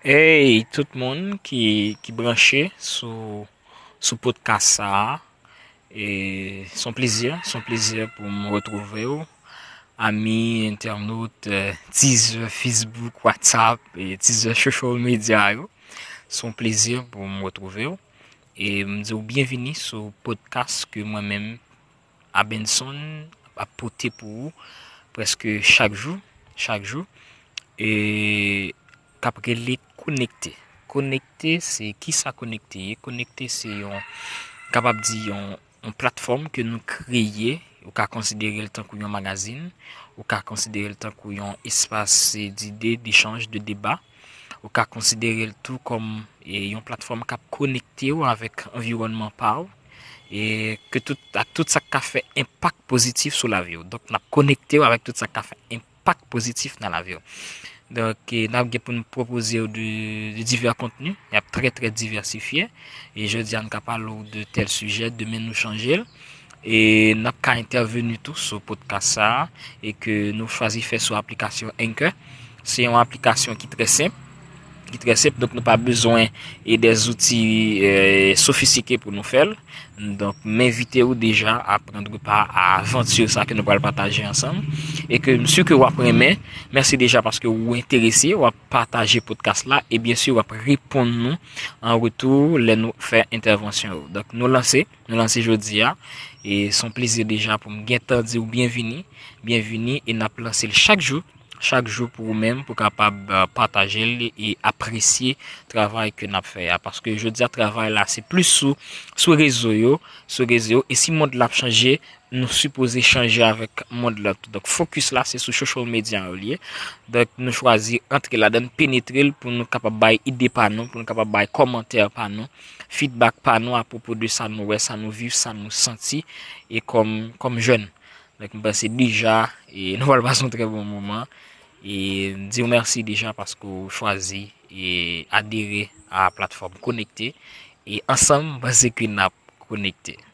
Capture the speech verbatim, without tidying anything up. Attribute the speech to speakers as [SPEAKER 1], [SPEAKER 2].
[SPEAKER 1] Hey, tout le monde qui, qui branché sous, sous podcast ça. Et son plaisir, son plaisir pour me retrouver. Oh. Amis, internautes, euh, teaser Facebook, WhatsApp et teaser social media. Yo. Son plaisir pour me retrouver. Oh. Et me dire bienvenue sur le podcast que moi-même, à Benson, a porté pour vous presque chaque jour. Chaque jour. Et qu'après les connecter. Connecter, c'est qui ça connecter? Connecter, c'est on capable de dire une plateforme que nous créons, ou qu'à considérer le temps qu'on un magazine, ou qu'à considérer le temps qu'on un espace d'idées, d'échange, de débat, ou qu'à considérer le tout comme et une plateforme qui connecté avec l'environnement par et que tout à tout ça qui fait impact positif sur la vie. Donc, on a connecté avec tout ça qui fait impact positif dans la vie. Donc, nous avons pour nous proposer de, de divers contenus. Il y a très, très diversifié. Et je dis, on parle de tel sujet, demain nous changer. Et nous avons intervenu tous sur le podcast ça, et que nous choisissons faire sur l'application Anchor. C'est une application qui est très simple qui est très simple, donc nous pas besoin et des outils euh, sophistiqués pour nous faire. Donc m'inviter ou déjà à prendre part à aventure ça que nous allons partager ensemble et que monsieur que vous apprenez, merci déjà parce que vous intéressez, vous partager podcast là et bien sûr vous répondre nous en retour les nous faire intervention. Donc nous lancer, nous lancer jeudi et son plaisir déjà pour me guetter dire bienvenue, bienvenue et n'a lancé chaque jour chaque jour pour vous-même pour capable partager et apprécier le travail que nous fait parce que je dis à travail là c'est plus sous sous réseau yo, sur réseau et si le monde l'a changé nous supposons changer avec le monde là donc focus là c'est sur social media lié donc nous choisir entrer là-dedans pénétrer pour nous capable bailler idée par nous pour nous capable bailler commentaire par nous feedback par nous à propos de ça nous ouais ça nous vivre ça nous sentir et comme comme jeune donc c'est déjà et nous allons passer un très bon moment et dire merci déjà parce que vous choisi et adhérer à la plateforme connectée et ensemble c'est que nous connecté.